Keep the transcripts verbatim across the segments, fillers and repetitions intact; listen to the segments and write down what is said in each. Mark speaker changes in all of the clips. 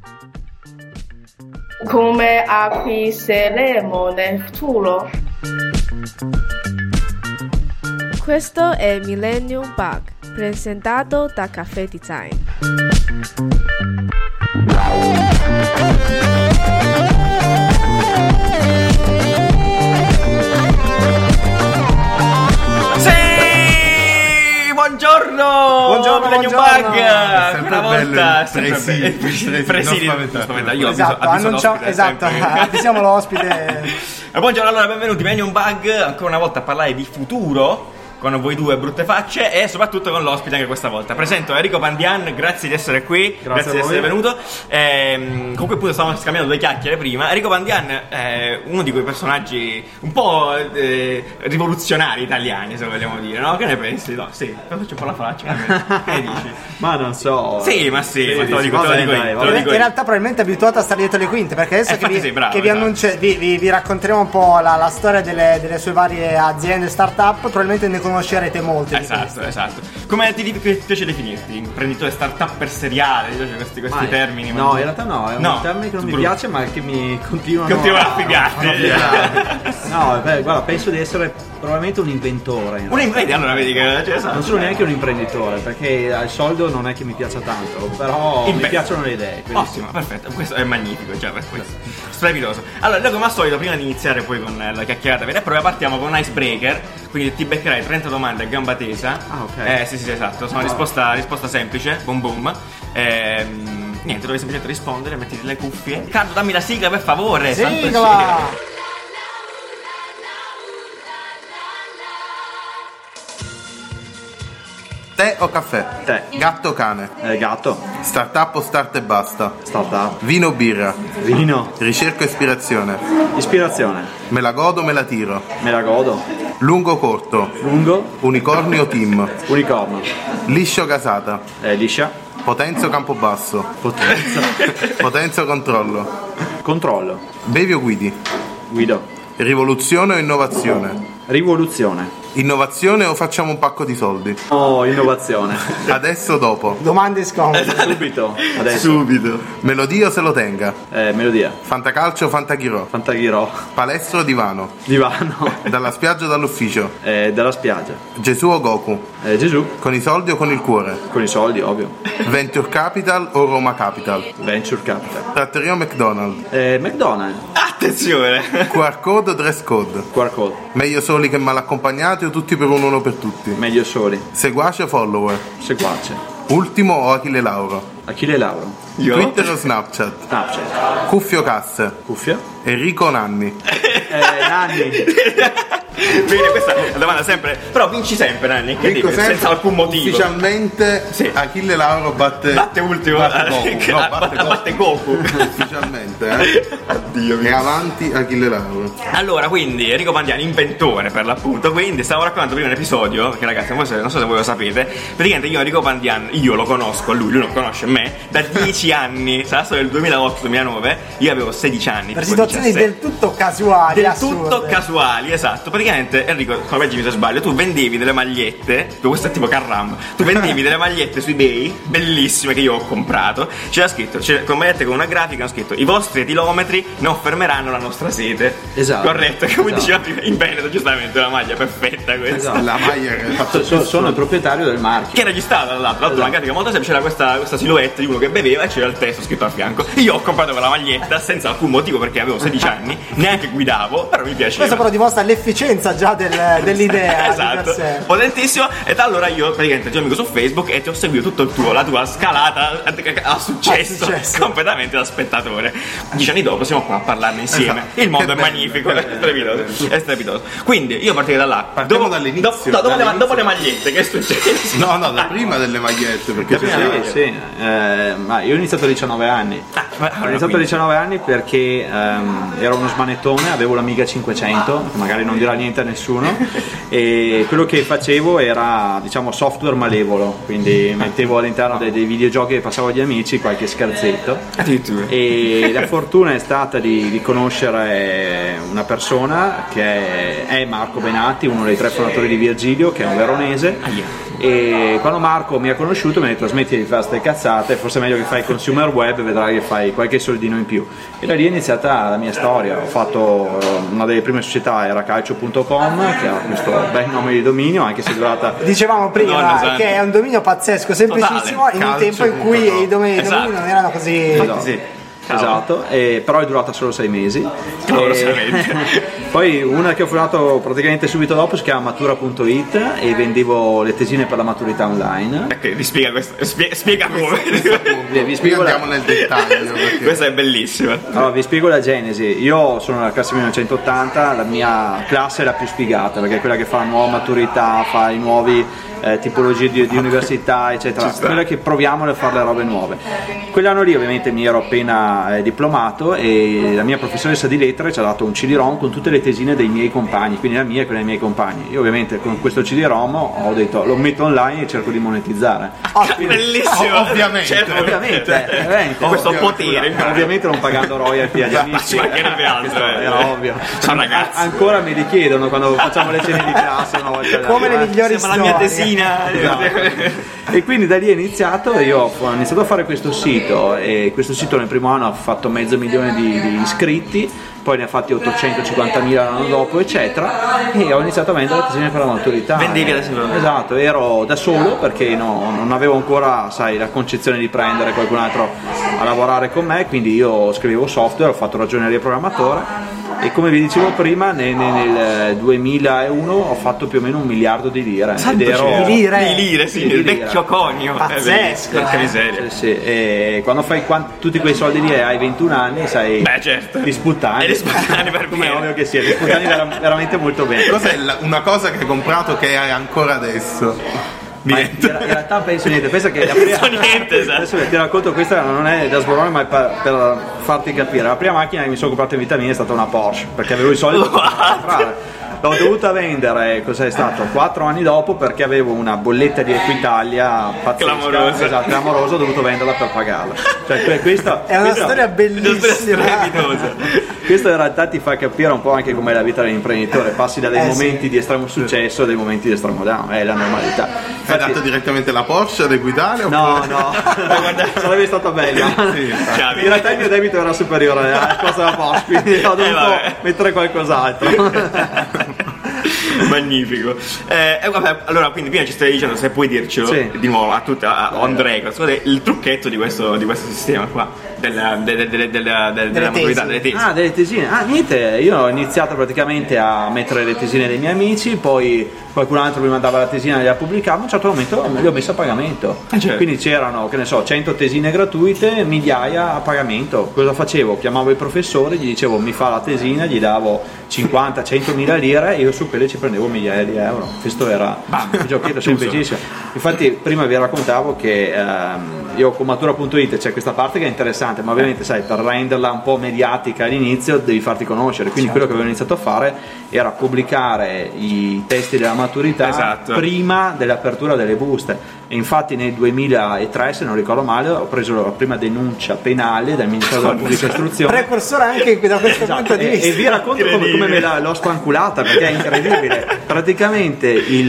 Speaker 1: Come acquisteremo nel futuro?
Speaker 2: Questo è Millennium Bug, presentato da Caffè Design.
Speaker 3: Buongiorno!
Speaker 4: Buongiorno,
Speaker 3: Millennium
Speaker 4: buongiorno.
Speaker 3: Bug!
Speaker 4: È sempre
Speaker 3: Una
Speaker 4: bello,
Speaker 3: volta
Speaker 4: presidi,
Speaker 3: sempre
Speaker 4: presidi,
Speaker 3: presidi,
Speaker 4: non
Speaker 3: non
Speaker 4: spaventate.
Speaker 3: spaventate. Io
Speaker 4: Esatto,
Speaker 3: avviso, avviso
Speaker 4: annunciamo-
Speaker 3: l'ospite,
Speaker 4: esatto,
Speaker 3: sempre.
Speaker 4: avvisiamo l'ospite.
Speaker 3: E buongiorno, allora benvenuti Millennium Bug, ancora una volta a parlare di futuro con voi due brutte facce e soprattutto con l'ospite anche questa volta. Presento Enrico Pandian, grazie di essere qui, grazie,
Speaker 4: Grazie
Speaker 3: di
Speaker 4: a
Speaker 3: essere
Speaker 4: voi.
Speaker 3: venuto. Ehm, comunque appunto stavamo scambiando due chiacchiere prima. Enrico Pandian è uno di quei personaggi un po' eh, rivoluzionari italiani, se vogliamo dire, no? Che ne pensi? No, sì, faccio un po' la faccia. Che ne dici?
Speaker 5: Ma non so.
Speaker 3: Sì, ma sì, ma te lo
Speaker 5: sì,
Speaker 3: dico, te lo
Speaker 5: vabbè,
Speaker 3: dico io,
Speaker 5: dai,
Speaker 3: te lo
Speaker 5: vabbè.
Speaker 4: In
Speaker 3: dico io.
Speaker 4: realtà probabilmente è abituato a stare dietro le quinte, perché adesso
Speaker 3: Eh,
Speaker 4: che, vi,
Speaker 3: infatti sì, bravo,
Speaker 4: che vi,
Speaker 3: esatto.
Speaker 4: annunci- vi, vi- vi racconteremo un po' la, la storia delle, delle sue varie aziende start-up, probabilmente ne conoscerete molte. di
Speaker 3: Esatto,
Speaker 4: queste.
Speaker 3: esatto. Come ti, ti piace definirti? Imprenditore startup seriale? Ti piace questi, questi
Speaker 5: Ma-
Speaker 3: termini?
Speaker 5: No, in realtà no, è un
Speaker 3: No,
Speaker 5: termine che non mi
Speaker 3: brutto.
Speaker 5: piace, ma che mi continuano
Speaker 3: Continua a
Speaker 5: a
Speaker 3: figarti.
Speaker 5: No, beh, guarda, penso di essere probabilmente un inventore. in
Speaker 3: Un
Speaker 5: realtà.
Speaker 3: vedi, allora vedi che cioè, esatto.
Speaker 5: Non sono neanche un imprenditore, perché il soldo non è che mi piaccia tanto, però
Speaker 3: Il
Speaker 5: mi
Speaker 3: be-
Speaker 5: piacciono le idee. quindi
Speaker 3: Ottimo, perfetto, questo è magnifico, già per questo. Strepitoso. Allora, noi come al solito, prima di iniziare poi con eh, la chiacchierata vera e propria, partiamo con un icebreaker, quindi ti beccherai trenta domande a gamba tesa.
Speaker 5: Ah, ok.
Speaker 3: Eh sì, sì, esatto, sono risposta, risposta semplice, boom boom. Ehm, niente, devi semplicemente rispondere, mettiti le cuffie. Tanto dammi la sigla per favore. santo cielo.
Speaker 4: Sigla!
Speaker 6: Tè o caffè?
Speaker 5: Tè.
Speaker 6: Gatto o cane?
Speaker 5: Eh, gatto,
Speaker 6: Startup o start e basta?
Speaker 5: startup,
Speaker 6: Vino o birra?
Speaker 5: vino,
Speaker 6: Ricerca o ispirazione?
Speaker 5: ispirazione,
Speaker 6: Me la godo o me la tiro?
Speaker 5: me la godo,
Speaker 6: Lungo o corto?
Speaker 5: lungo,
Speaker 6: Unicornio o team?
Speaker 5: unicorno,
Speaker 6: Liscia o gasata?
Speaker 5: eh, liscia,
Speaker 6: Potenza o campobasso?
Speaker 5: potenza,
Speaker 6: Potenza o controllo?
Speaker 5: controllo,
Speaker 6: Bevi o guidi?
Speaker 5: guido,
Speaker 6: Rivoluzione o innovazione?
Speaker 5: rivoluzione,
Speaker 6: Innovazione o facciamo un pacco di soldi?
Speaker 5: oh, innovazione,
Speaker 6: Adesso o dopo?
Speaker 4: Domande scomode.
Speaker 5: subito, adesso,
Speaker 6: Subito. Melodia o se lo tenga?
Speaker 5: eh, melodia,
Speaker 6: Fantacalcio o fantaghirò?
Speaker 5: fantaghirò,
Speaker 6: Palestra o divano?
Speaker 5: divano,
Speaker 6: Dalla spiaggia o dall'ufficio?
Speaker 5: eh, dalla spiaggia,
Speaker 6: Gesù o Goku?
Speaker 5: eh, Gesù,
Speaker 6: Con i soldi o con il cuore?
Speaker 5: con i soldi, ovvio,
Speaker 6: Venture Capital o Roma Capital?
Speaker 5: venture capital,
Speaker 6: Trattoria o McDonald's?
Speaker 5: eh, McDonald's,
Speaker 3: Attenzione!
Speaker 6: Q R code o dress code?
Speaker 5: Q R code,
Speaker 6: Meglio soli che mal accompagnati o tutti per uno, uno per tutti?
Speaker 5: meglio soli,
Speaker 6: Seguace o follower?
Speaker 5: seguace,
Speaker 6: Ultimo o Achille Lauro?
Speaker 5: Achille Lauro,
Speaker 3: Io?
Speaker 6: Twitter o Snapchat?
Speaker 5: Snapchat,
Speaker 6: Cuffie o casse?
Speaker 5: cuffia,
Speaker 6: Enrico o Nanni?
Speaker 5: eh, Nanni,
Speaker 3: Bene, questa è una domanda sempre. Però vinci sempre, Nanni, incredibile,
Speaker 6: Dico sempre,
Speaker 3: senza alcun motivo.
Speaker 6: Ufficialmente
Speaker 3: Sì.
Speaker 6: Achille Lauro batte
Speaker 3: Batte ultimo.
Speaker 6: batte Goku.
Speaker 3: eh,
Speaker 6: No,
Speaker 3: ah,
Speaker 6: batte
Speaker 3: batte, batte Goku.
Speaker 6: Ufficialmente, eh?
Speaker 3: Addio
Speaker 6: È
Speaker 3: mio.
Speaker 6: avanti Achille Lauro.
Speaker 3: Allora, quindi Enrico Pandiani, inventore per l'appunto. Quindi stavo raccontando prima un episodio, che ragazzi, non so, non so se voi lo sapete. Praticamente io Enrico Pandian, io lo conosco, lui, lui non conosce me, da dieci anni, sarà stato nel duemilaotto duemilanove, io avevo sedici anni.
Speaker 4: Per
Speaker 3: tipo
Speaker 4: situazioni
Speaker 3: diciassette.
Speaker 4: del tutto casuali,
Speaker 3: Del
Speaker 4: assurde.
Speaker 3: tutto casuali, esatto. Praticamente, Enrico, correggimi se sbaglio, tu vendevi delle magliette, questo è tipo Carram, tu vendevi delle magliette su eBay, bellissime, che io ho comprato. C'era scritto, c'era, con magliette con una grafica, hanno scritto: i vostri chilometri non fermeranno la nostra sete.
Speaker 5: Esatto.
Speaker 3: Corretto, come
Speaker 5: Esatto.
Speaker 3: diceva prima in Veneto, giustamente, una maglia perfetta questa.
Speaker 5: Esatto.
Speaker 6: La maglia che ha fatto
Speaker 5: So- so- sono il proprietario del marchio.
Speaker 3: Che era registrata tra l'altro, tra l'altro una grafica molto semplice, c'era questa, questa silhouette di uno che beveva e c'era il testo scritto a fianco. Io ho comprato quella maglietta senza alcun motivo perché avevo sedici anni, neanche guidavo, però mi piaceva.
Speaker 4: Questo però dimostra l'efficienza già del- dell'idea di
Speaker 3: Esatto,
Speaker 4: per sé.
Speaker 3: potentissimo. E da allora io praticamente ti ho amico su Facebook e ti ho seguito tutto il tuo, la tua scalata a, a successo,
Speaker 4: A successo.
Speaker 3: completamente da spettatore. Dieci anni dopo siamo qua a parlarne insieme.
Speaker 6: Esatto.
Speaker 3: Il mondo
Speaker 6: Che
Speaker 3: è
Speaker 6: bello,
Speaker 3: magnifico,
Speaker 6: che
Speaker 3: è
Speaker 6: bello.
Speaker 3: strepitoso, è strepitoso. Quindi io partirei da là.
Speaker 6: Partiamo
Speaker 3: dopo,
Speaker 6: dall'inizio,
Speaker 3: dopo, dopo, le,
Speaker 6: dall'inizio.
Speaker 3: dopo le magliette, che è successo?
Speaker 6: No, no, da prima delle magliette, perché
Speaker 5: Sì,
Speaker 6: c'era
Speaker 5: sì, eh, ma io ho iniziato a diciannove anni.
Speaker 3: Ah, ma-
Speaker 5: Ho iniziato a diciannove anni perché ehm, ero uno smanettone, avevo l'Amiga cinquecento, che magari non dirà niente a nessuno, e quello che facevo era, diciamo, software malevolo, quindi mettevo all'interno dei, dei videogiochi che passavo agli amici qualche scherzetto.
Speaker 3: Addirittura.
Speaker 5: E la fortuna è stata di, di conoscere una persona che è, è Marco Benatti, uno dei tre fondatori di Virgilio, che è un veronese, E quando Marco mi ha conosciuto mi ha detto smetti di fare ste cazzate, forse è meglio che fai consumer web e vedrai che fai qualche soldino in più. E da lì è iniziata la mia storia. Ho fatto una delle prime società, era calcio punto com, che ha questo bel nome di dominio, anche se è durata.
Speaker 4: Dicevamo prima
Speaker 3: Madonna,
Speaker 4: che è un dominio pazzesco, semplicissimo,
Speaker 3: Totale.
Speaker 4: in un tempo in cui i domini,
Speaker 3: Esatto.
Speaker 4: domini non erano così.
Speaker 5: Esatto.
Speaker 3: Sì.
Speaker 5: Esatto, e, però è durata solo sei mesi.
Speaker 3: Clamorosamente.
Speaker 5: Poi una che ho fondato praticamente subito dopo si chiama matura punto it e vendevo le tesine per la maturità online.
Speaker 3: Ok, vi spiega questo. Spiega, spiega come.
Speaker 5: Vi, vi
Speaker 6: Qui
Speaker 5: spiego la,
Speaker 6: andiamo nel dettaglio. Perché...
Speaker 3: Questa è bellissima.
Speaker 5: allora, vi spiego la genesi. Io sono nella classe millenovecentottanta, la mia classe è la più spiegata perché è quella che fa nuova maturità, fa i nuovi eh, tipologie di, di università, eccetera. Quella che proviamo a fare le robe nuove. Quell'anno lì ovviamente mi ero appena eh, diplomato e la mia professoressa di lettere ci ha dato un C D ROM con tutte le tesine dei miei compagni, quindi la mia e quella dei miei compagni. Io ovviamente con questo C D ROM ho detto lo metto online e cerco di monetizzare.
Speaker 3: Bellissimo.
Speaker 6: Ovviamente.
Speaker 3: Certo,
Speaker 5: Ovviamente, ovviamente.
Speaker 3: Con questo
Speaker 6: Ovviamente.
Speaker 3: potere.
Speaker 5: Ovviamente non pagando royalty agli amici,
Speaker 3: Ci mancherebbe altro,
Speaker 5: questo
Speaker 3: eh.
Speaker 5: era ovvio.
Speaker 3: Sono ragazzi.
Speaker 5: A- ancora mi richiedono quando facciamo le cene di classe una volta all'anno.
Speaker 4: Come le migliori
Speaker 3: Siamo la mia
Speaker 4: storie.
Speaker 3: tesina.
Speaker 5: Esatto. E quindi da lì è iniziato e io ho iniziato a fare questo sito e questo sito nel primo anno ha fatto mezzo milione di, di iscritti, poi ne ha fatti ottocentocinquantamila l'anno dopo eccetera e ho iniziato a vendere la tesina per la maturità.
Speaker 3: Vendevi adesso?
Speaker 5: Esatto, ero da solo perché no, non avevo ancora sai, la concezione di prendere qualcun altro a lavorare con me, quindi io scrivevo software, ho fatto ragioneria programmatore e come vi dicevo prima nel, nel duemilauno ho fatto più o meno un miliardo di lire.
Speaker 3: Santo
Speaker 5: ed ero,
Speaker 3: cielo.
Speaker 4: Di lire.
Speaker 3: Di lire, sì,
Speaker 5: Di
Speaker 3: il
Speaker 5: lire.
Speaker 3: vecchio conio.
Speaker 4: Pazzesco,
Speaker 3: Porca
Speaker 4: eh.
Speaker 3: miseria.
Speaker 5: Sì, sì, e quando fai quan- tutti quei soldi lì e hai ventuno anni sai
Speaker 3: Beh, certo.
Speaker 5: li sputtani.
Speaker 3: E li sputtani per
Speaker 5: come è
Speaker 3: bene.
Speaker 5: ovvio che sia, li sputtani vera- veramente molto bene.
Speaker 6: Cos'è la- una cosa che hai comprato che hai ancora adesso?
Speaker 5: Ma in, in realtà penso niente, pensa che la prima,
Speaker 3: Penso niente, esatto.
Speaker 5: adesso ti racconto, questa non è da sborone ma è per, per farti capire. La prima macchina che mi sono comprato in vita mia è stata una Porsche perché avevo i soldi per comprare. L'ho dovuta vendere, cos'è stato? Quattro anni dopo perché avevo una bolletta di Equitalia pazzesca,
Speaker 3: Clamorosa.
Speaker 5: esatto, clamorosa, ho dovuto venderla per pagarla. Cioè, que- questa,
Speaker 4: È una
Speaker 5: questa-
Speaker 4: storia
Speaker 3: Una storia
Speaker 4: bellissima.
Speaker 3: strepitosa.
Speaker 5: questo in realtà ti fa capire un po' anche com'è la vita dell'imprenditore, passi da dei
Speaker 4: Eh,
Speaker 5: momenti
Speaker 4: sì.
Speaker 5: di estremo successo a dei momenti di estremo down, è la normalità.
Speaker 6: Hai
Speaker 5: Infatti-
Speaker 6: dato direttamente la Porsche ad Equitalia?
Speaker 5: No,
Speaker 6: oppure-
Speaker 5: no, sarebbe stato bello.
Speaker 3: Chiavi.
Speaker 5: In realtà il mio debito era superiore al costo della Porsche, quindi ho dovuto
Speaker 3: vabbè.
Speaker 5: mettere qualcos'altro.
Speaker 3: Magnifico. Eh, e vabbè, allora, quindi prima ci stai dicendo, se puoi dircelo
Speaker 5: Sì.
Speaker 3: di nuovo a tutta a on the record, scusate, il trucchetto di questo, di questo sistema qua, della, della, della, della, della, della maturità,
Speaker 4: tesi.
Speaker 3: delle tesi.
Speaker 5: Ah, delle tesine. Ah, niente, io ho iniziato praticamente a mettere le tesine dei miei amici, poi qualcun altro mi mandava la tesina e la pubblicava, a un certo momento le ho messe a pagamento.
Speaker 3: Ah, certo.
Speaker 5: Quindi c'erano, che ne so, cento tesine gratuite, migliaia a pagamento. Cosa facevo? Chiamavo i professori, gli dicevo mi fa la tesina, gli davo cinquanta centomila lire e io su quelle ci prendevo migliaia di euro. Questo era un giochetto semplicissimo. Infatti prima vi raccontavo che ehm, io con matura punto it c'è questa parte che è interessante, ma ovviamente sai, per renderla un po' mediatica all'inizio devi farti conoscere, quindi quello che avevo iniziato a fare era pubblicare i testi della maturità
Speaker 3: Esatto.
Speaker 5: prima dell'apertura delle buste. E infatti nel duemilatré, se non ricordo male, ho preso la prima denuncia penale dal Ministero della Pubblica Istruzione.
Speaker 4: Precursore anche da questo
Speaker 5: Esatto,
Speaker 4: punto di
Speaker 5: e,
Speaker 4: vista.
Speaker 5: e vi racconto come, come me la, l'ho spanculata perché è incredibile. Praticamente il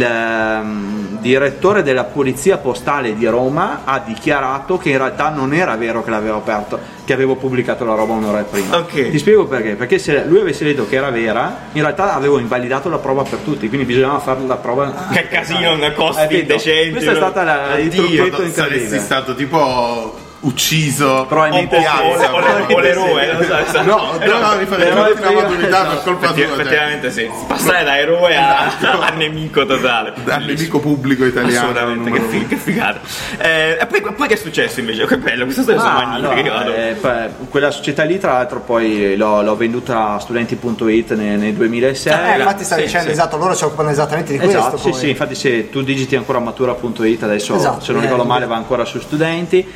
Speaker 5: ehm, direttore della polizia postale di Roma ha dichiarato che in realtà non era vero che l'avevo aperto, che avevo pubblicato la roba un'ora prima.
Speaker 3: Ok.
Speaker 5: Ti spiego perché, perché se lui avesse detto che era vera, in realtà avevo invalidato la prova per tutti, quindi bisognava fare la prova.
Speaker 3: Che casino,
Speaker 5: Hai
Speaker 3: costi
Speaker 5: capito?
Speaker 3: indecenti.
Speaker 5: Questa è stata la, il
Speaker 6: Dio,
Speaker 5: trucchetto
Speaker 6: saresti
Speaker 5: incredibile.
Speaker 6: stato tipo ucciso
Speaker 5: Probabilmente
Speaker 6: o,
Speaker 5: sì.
Speaker 6: piazza,
Speaker 3: o, o, o l'eroe, non so, esatto.
Speaker 6: no, dovevi fare
Speaker 5: però
Speaker 6: tutta la
Speaker 5: io-
Speaker 6: maturità per
Speaker 5: esatto.
Speaker 6: colpa
Speaker 3: Effetti-
Speaker 6: tua, cioè,
Speaker 3: effettivamente sì, passare da eroe a, a nemico totale.
Speaker 6: dal nemico pubblico italiano.
Speaker 3: Assolutamente, che,
Speaker 6: numero
Speaker 3: fi-
Speaker 6: uno.
Speaker 3: che figata. Eh, e poi, poi che è successo invece? Che bello, queste storie sono
Speaker 5: Ah,
Speaker 3: magnifiche. Io
Speaker 5: allora,
Speaker 3: adoro.
Speaker 5: eh, poi, quella società lì tra l'altro poi l'ho, l'ho venduta a studenti punto it nel, nel duemilasei.
Speaker 4: Eh, infatti stavi
Speaker 3: Sì,
Speaker 4: dicendo,
Speaker 3: sì.
Speaker 4: esatto, loro si occupano esattamente di
Speaker 5: Esatto,
Speaker 4: questo.
Speaker 5: sì,
Speaker 4: poi.
Speaker 5: sì, infatti se tu digiti ancora matura punto it adesso,
Speaker 4: Esatto,
Speaker 5: se non
Speaker 4: eh,
Speaker 5: ricordo
Speaker 4: eh.
Speaker 5: male, va ancora su studenti.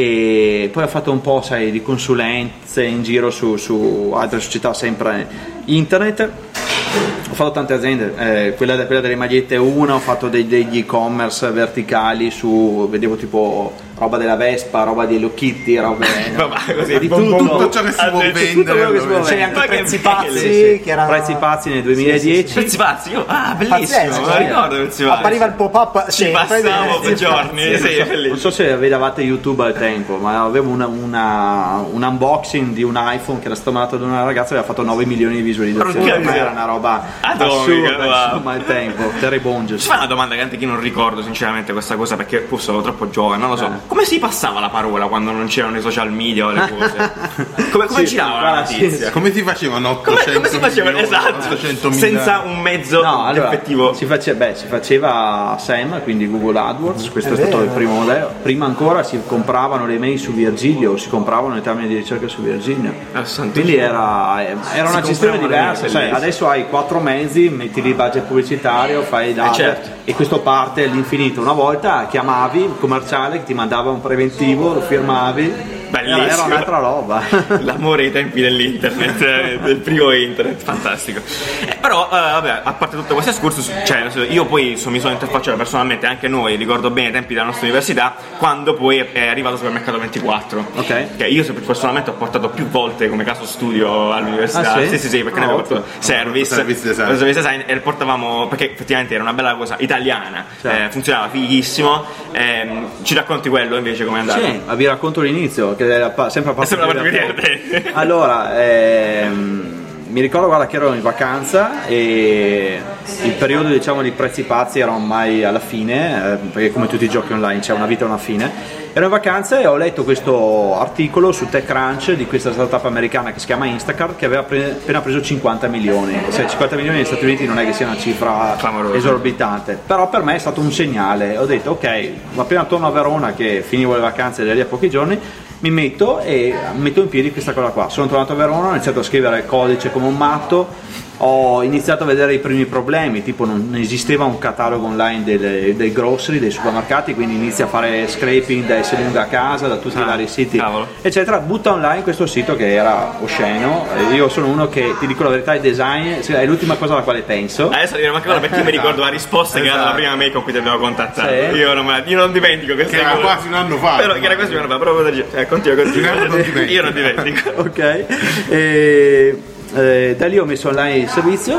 Speaker 5: E poi ho fatto un po', sai, di consulenze in giro su, su altre società sempre internet. Ho fatto tante aziende, eh, quella, quella delle magliette è una, ho fatto dei- degli e-commerce verticali su, vedevo tipo roba della Vespa, roba di Hello Kitty, roba
Speaker 3: Vabbè, così,
Speaker 5: di
Speaker 3: bom,
Speaker 5: tutto,
Speaker 3: bom,
Speaker 6: tutto ciò che si può
Speaker 3: Ah,
Speaker 6: vendere.
Speaker 5: tutto quello che si può
Speaker 6: C'è
Speaker 4: C'è
Speaker 5: vendere.
Speaker 4: anche
Speaker 3: Ma che
Speaker 4: prezzi
Speaker 3: bello,
Speaker 4: pazzi
Speaker 5: sì.
Speaker 4: che erano
Speaker 5: Prezzi pazzi nel duemiladieci.
Speaker 3: Prezzi pazzi, io, ah, bellissimo,
Speaker 4: Pazzesco,
Speaker 3: me lo
Speaker 4: sì.
Speaker 3: ricordo Prezzi pazzi.
Speaker 4: appariva il pop-up
Speaker 3: Ci
Speaker 4: sempre
Speaker 3: passavo
Speaker 4: di-
Speaker 3: per giorni, sì,
Speaker 5: non
Speaker 3: bellissimo.
Speaker 5: so se vedevate YouTube al tempo, ma avevo una, una- un unboxing di un iPhone che era stato mandato da una ragazza e aveva fatto nove milioni di visualizzazioni.
Speaker 3: Porca
Speaker 5: Per me
Speaker 3: miseria.
Speaker 5: era una roba
Speaker 3: Atomica,
Speaker 5: assurda,
Speaker 3: wow.
Speaker 5: insomma, al tempo. Terry
Speaker 3: Ci
Speaker 5: Bonges.
Speaker 3: fa una domanda che anche io non ricordo sinceramente questa cosa perché forse sono troppo giovane, non lo so.
Speaker 5: Eh.
Speaker 3: Come si passava la parola quando non c'erano i social media o le cose? Come, come
Speaker 5: Sì,
Speaker 3: girava la
Speaker 5: guarda, sì,
Speaker 3: notizia?
Speaker 6: Come si facevano
Speaker 3: Come,
Speaker 6: ottocento
Speaker 3: come si faceva?
Speaker 6: milioni,
Speaker 3: Esatto,
Speaker 6: ottocentomila?
Speaker 3: senza un mezzo
Speaker 5: No, allora,
Speaker 3: effettivo.
Speaker 5: si faceva, beh, si faceva SEM, quindi Google AdWords, questo è,
Speaker 4: È
Speaker 5: stato
Speaker 4: vero.
Speaker 5: il primo modello. Prima ancora si compravano le mail su Virgilio, si compravano le termini di ricerca su Virgilio.
Speaker 3: Ah, santo
Speaker 5: Quindi
Speaker 3: cielo.
Speaker 5: era, era una
Speaker 3: Si
Speaker 5: gestione
Speaker 3: compravano le
Speaker 5: diversa,
Speaker 3: mail,
Speaker 5: sai,
Speaker 3: bellissimo.
Speaker 5: adesso hai quattro mezzi, metti lì il budget pubblicitario, fai i dati
Speaker 3: certo.
Speaker 5: e questo parte all'infinito. Una volta chiamavi il commerciale che ti mandava un preventivo, lo firmavi.
Speaker 3: Bellissimo.
Speaker 5: Era, era un'altra roba.
Speaker 3: L'amore ai tempi dell'internet, eh, del primo internet, fantastico. Eh, però, eh, vabbè, a parte tutto questo escursus, cioè, nel senso, io poi so- mi sono interfacciato personalmente, anche noi, ricordo bene i tempi della nostra università, quando poi è arrivato Supermercato ventiquattro.
Speaker 5: Ok.
Speaker 3: Che io personalmente ho portato più volte come caso studio all'università.
Speaker 5: Ah, sì?
Speaker 3: sì, sì, sì, perché
Speaker 5: Ah,
Speaker 3: noi abbiamo
Speaker 5: ottimo.
Speaker 3: fatto service,
Speaker 6: Service design.
Speaker 3: service design e portavamo, perché effettivamente era una bella cosa italiana,
Speaker 5: Certo.
Speaker 3: eh, funzionava fighissimo. Ehm, ci racconti quello invece come è andato?
Speaker 5: Sì, ma vi racconto l'inizio, che era pa- sempre a
Speaker 3: È sempre la parte
Speaker 5: divertente.
Speaker 3: divertente.
Speaker 5: Allora, ehm, mi ricordo guarda che ero in vacanza e il periodo diciamo di prezzi pazzi era ormai alla fine, eh, perché come tutti i giochi online c'è una vita e una fine. Ero in vacanza e ho letto questo articolo su TechCrunch di questa startup americana che si chiama Instacart che aveva pre- appena preso cinquanta milioni. Se cinquanta milioni negli Stati Uniti non è che sia una cifra
Speaker 3: Clamorosa.
Speaker 5: esorbitante, però per me è stato un segnale. Ho detto ok, appena torno a Verona che finivo le vacanze da lì a pochi giorni, mi metto e metto in piedi questa cosa qua. Sono tornato a Verona, ho iniziato a scrivere il codice come un matto, ho iniziato a vedere i primi problemi, tipo non esisteva un catalogo online delle- dei grocery, dei supermercati, quindi inizia a fare scraping da S lunga a casa, da tutti
Speaker 3: Ah,
Speaker 5: i vari siti,
Speaker 3: cavolo.
Speaker 5: eccetera. Butta online questo sito che era osceno. Eh, Io sono uno che, ti dico la verità, il design è l'ultima cosa alla quale penso.
Speaker 3: Adesso diremo anche cosa perché io mi ricordo la risposta che era la
Speaker 6: Esatto.
Speaker 3: prima mail con cui ti abbiamo contattato.
Speaker 5: Sì.
Speaker 3: Io, non me la- io non dimentico questa
Speaker 6: Che era
Speaker 3: cosa.
Speaker 6: quasi un anno fa.
Speaker 3: Però che era quasi un anno fa, proprio per dire, eh, continua, continua.
Speaker 6: Io non dimentico.
Speaker 3: Io non dimentico.
Speaker 5: Ok, e, eh, da lì ho messo online il servizio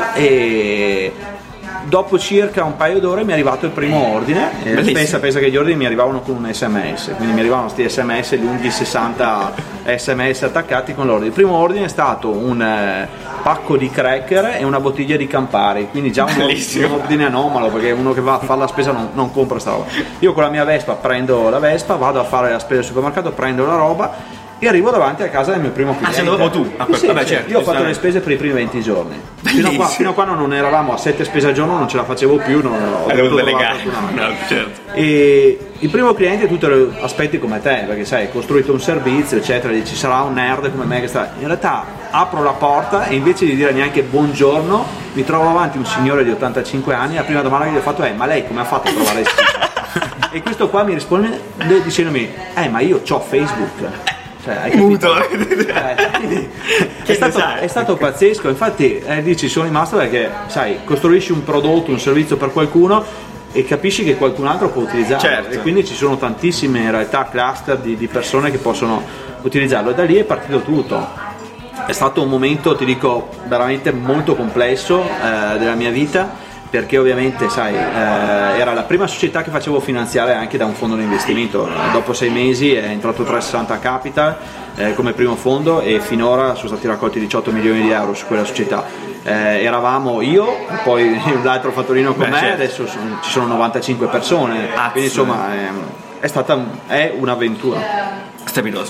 Speaker 5: e dopo circa un paio d'ore mi è arrivato il primo ordine. E
Speaker 3: Bellissimo.
Speaker 5: pensa, pensa che gli ordini mi arrivavano con un sms, quindi mi arrivavano questi sms lunghi, sessanta sms attaccati con l'ordine. Il primo ordine è stato un eh, pacco di cracker e una bottiglia di Campari, quindi già un,
Speaker 3: Bellissimo.
Speaker 5: un ordine anomalo perché uno che va a fare la spesa non, non compra sta roba. Io con la mia Vespa prendo la Vespa, vado a fare la spesa al supermercato, prendo la roba e arrivo davanti a casa del mio primo cliente.
Speaker 3: sei andato tu? Ah,
Speaker 5: Sì,
Speaker 3: vabbè,
Speaker 5: sì,
Speaker 3: certo,
Speaker 5: io ho fatto
Speaker 3: giustamente.
Speaker 5: le spese per i primi venti giorni. Fino a, qua,
Speaker 3: Bellissimo.
Speaker 5: fino a quando non eravamo a sette spese al giorno non ce la facevo più, non, ho
Speaker 3: Hai dovuto
Speaker 5: dovuto
Speaker 3: delegare.
Speaker 5: trovare qualcun altro.
Speaker 3: No, certo.
Speaker 5: E il primo cliente tu te lo aspetti come te, perché sai, hai costruito un servizio, eccetera, dici sarà un nerd come me che sta. In realtà apro la porta e invece di dire neanche buongiorno, mi trovo avanti un signore di ottantacinque anni, la prima domanda che gli ho fatto è ma lei come ha fatto a trovare il sito? E questo qua mi risponde dicendomi, eh ma io c'ho Facebook. Cioè, hai capito?
Speaker 3: Muto.
Speaker 5: Eh, quindi
Speaker 3: Che
Speaker 5: è, stato,
Speaker 3: ne sai?
Speaker 5: è stato pazzesco, infatti eh, dici sono rimasto perché sai, costruisci un prodotto, un servizio per qualcuno e capisci che qualcun altro può utilizzarlo
Speaker 3: Certo.
Speaker 5: e quindi ci sono tantissime in realtà cluster di, di persone che possono utilizzarlo e da lì è partito tutto. È stato un momento, ti dico, veramente molto complesso eh, della mia vita perché ovviamente sai eh, era la prima società che facevo finanziare anche da un fondo di investimento. Dopo sei mesi è entrato trecentosessanta Capital eh, come primo fondo e finora sono stati raccolti diciotto milioni di euro su quella società. Eh, eravamo io, poi l'altro fattorino con
Speaker 3: Beh,
Speaker 5: me,
Speaker 3: certo.
Speaker 5: adesso sono- ci sono novantacinque persone,
Speaker 3: Azz.
Speaker 5: quindi insomma è, è stata è un'avventura.
Speaker 3: Strepitoso.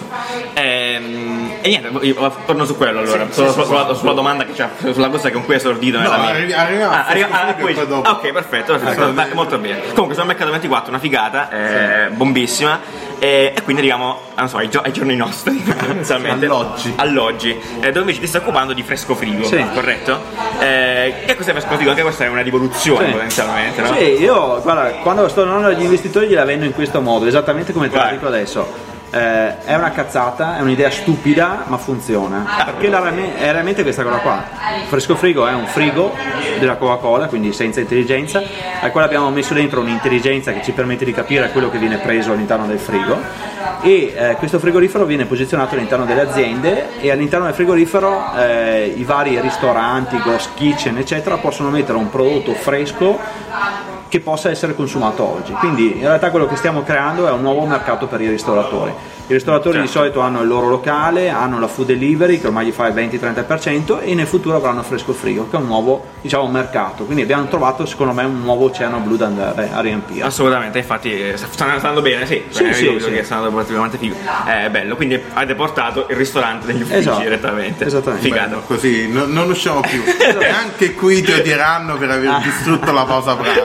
Speaker 3: Ehm, e niente, io torno su quello allora, solo sulla, sulla- sulla domanda che c'è, sulla cosa con cui è esordito nella
Speaker 6: No,
Speaker 3: mia.
Speaker 6: arri- arriviamo a
Speaker 3: ah, arriva-
Speaker 6: Fresco
Speaker 3: ah,
Speaker 6: Food e
Speaker 3: poi-
Speaker 6: poi dopo.
Speaker 3: ah, ok, perfetto, perfetto. Dai, molto bene. Comunque sono Mercato ventiquattro, una figata, eh, bombissima. E, e quindi arriviamo non so, ai, gio- ai giorni nostri, inizialmente.
Speaker 6: Alloggi.
Speaker 3: Alloggi, eh, dove invece ti stai occupando di fresco frigo,
Speaker 5: Sì.
Speaker 3: corretto? Eh, che cos'è fresco frigo? Anche questa è una rivoluzione
Speaker 5: Sì.
Speaker 3: potenzialmente, no?
Speaker 5: Sì, io guarda, quando sto andando agli investitori gliela vendo in questo modo, esattamente come te la
Speaker 3: Vai.
Speaker 5: dico adesso. eh, è una cazzata, è un'idea stupida, ma funziona. Perché la, è realmente questa cosa qua. Fresco frigo è un frigo della Coca-Cola, quindi senza intelligenza, al quale abbiamo messo dentro un'intelligenza che ci permette di capire quello che viene preso all'interno del frigo, e eh, questo frigorifero viene posizionato all'interno delle aziende, e all'interno del frigorifero eh, i vari ristoranti, ghost kitchen eccetera possono mettere un prodotto fresco che possa essere consumato oggi. Quindi in realtà quello che stiamo creando è un nuovo mercato per i ristoratori. I ristoratori certo. di solito hanno il loro locale, hanno la food delivery che ormai gli fa il venti trenta per cento, e nel futuro avranno fresco frigo, che è un nuovo, diciamo, mercato. Quindi abbiamo trovato secondo me un nuovo oceano blu da andare a riempire.
Speaker 3: Assolutamente, infatti stanno andando bene, sì,
Speaker 5: sì, sì, sì.
Speaker 3: che stanno andando particolarmente figo. È bello, quindi avete portato il ristorante degli uffici esatto. direttamente.
Speaker 5: Esattamente.
Speaker 3: Figato.
Speaker 6: Così no, non usciamo più. E anche qui ti odieranno per aver distrutto la pausa pranzo.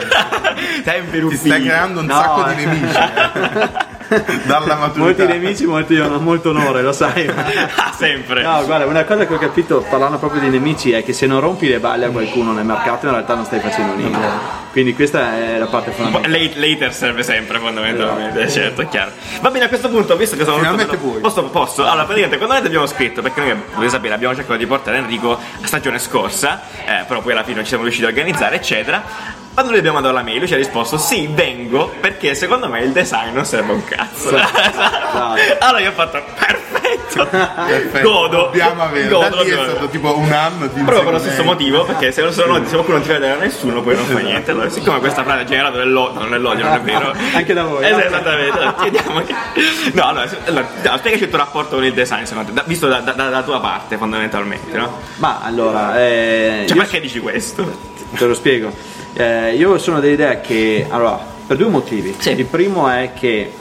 Speaker 6: Ti stai creando un no, sacco eh. di nemici. Eh. Dalla maturità.
Speaker 5: Molti nemici, molti hanno molto onore, lo sai.
Speaker 3: Sempre.
Speaker 5: No, guarda, una cosa che ho capito parlando proprio di nemici è che se non rompi le balle a qualcuno nel mercato, in realtà non stai facendo niente. Quindi questa è la parte fondamentale.
Speaker 3: Later serve sempre fondamentalmente, esatto. Certo, è chiaro. Va bene, a questo punto, visto che sono
Speaker 6: finalmente puoi.
Speaker 3: Posso, posso? Allora, praticamente quando noi ti abbiamo scritto, perché noi dovete sapere, abbiamo cercato di portare Enrico a stagione scorsa, eh, però poi alla fine non ci siamo riusciti a organizzare, eccetera. Quando noi abbiamo mandato la mail, lui ci ha risposto sì, vengo, perché secondo me il design non serve un cazzo. Esatto. Allora io ho fatto perfetto,
Speaker 6: perfetto.
Speaker 3: Godo.
Speaker 6: Dobbiamo avere.
Speaker 3: Godo,
Speaker 6: da lì
Speaker 3: godo.
Speaker 6: È stato tipo un anno di
Speaker 3: proprio per lo stesso motivo, perché se, se, non, se qualcuno non ti vede da nessuno, poi non fa niente. Allora, siccome questa frase ha generato dell'odio, non dell'odio, non è vero.
Speaker 5: Anche da voi.
Speaker 3: Es- esattamente. Allora, chiediamo che... No, allora, allora spiegaci il tuo rapporto con il design, secondo te, visto da, da, dalla tua parte, fondamentalmente, no?
Speaker 5: Ma allora, eh,
Speaker 3: cioè,
Speaker 5: io...
Speaker 3: perché dici questo?
Speaker 5: Te lo spiego. Eh, io sono dell'idea che, allora, per due motivi.
Speaker 3: Sì.
Speaker 5: Il primo è che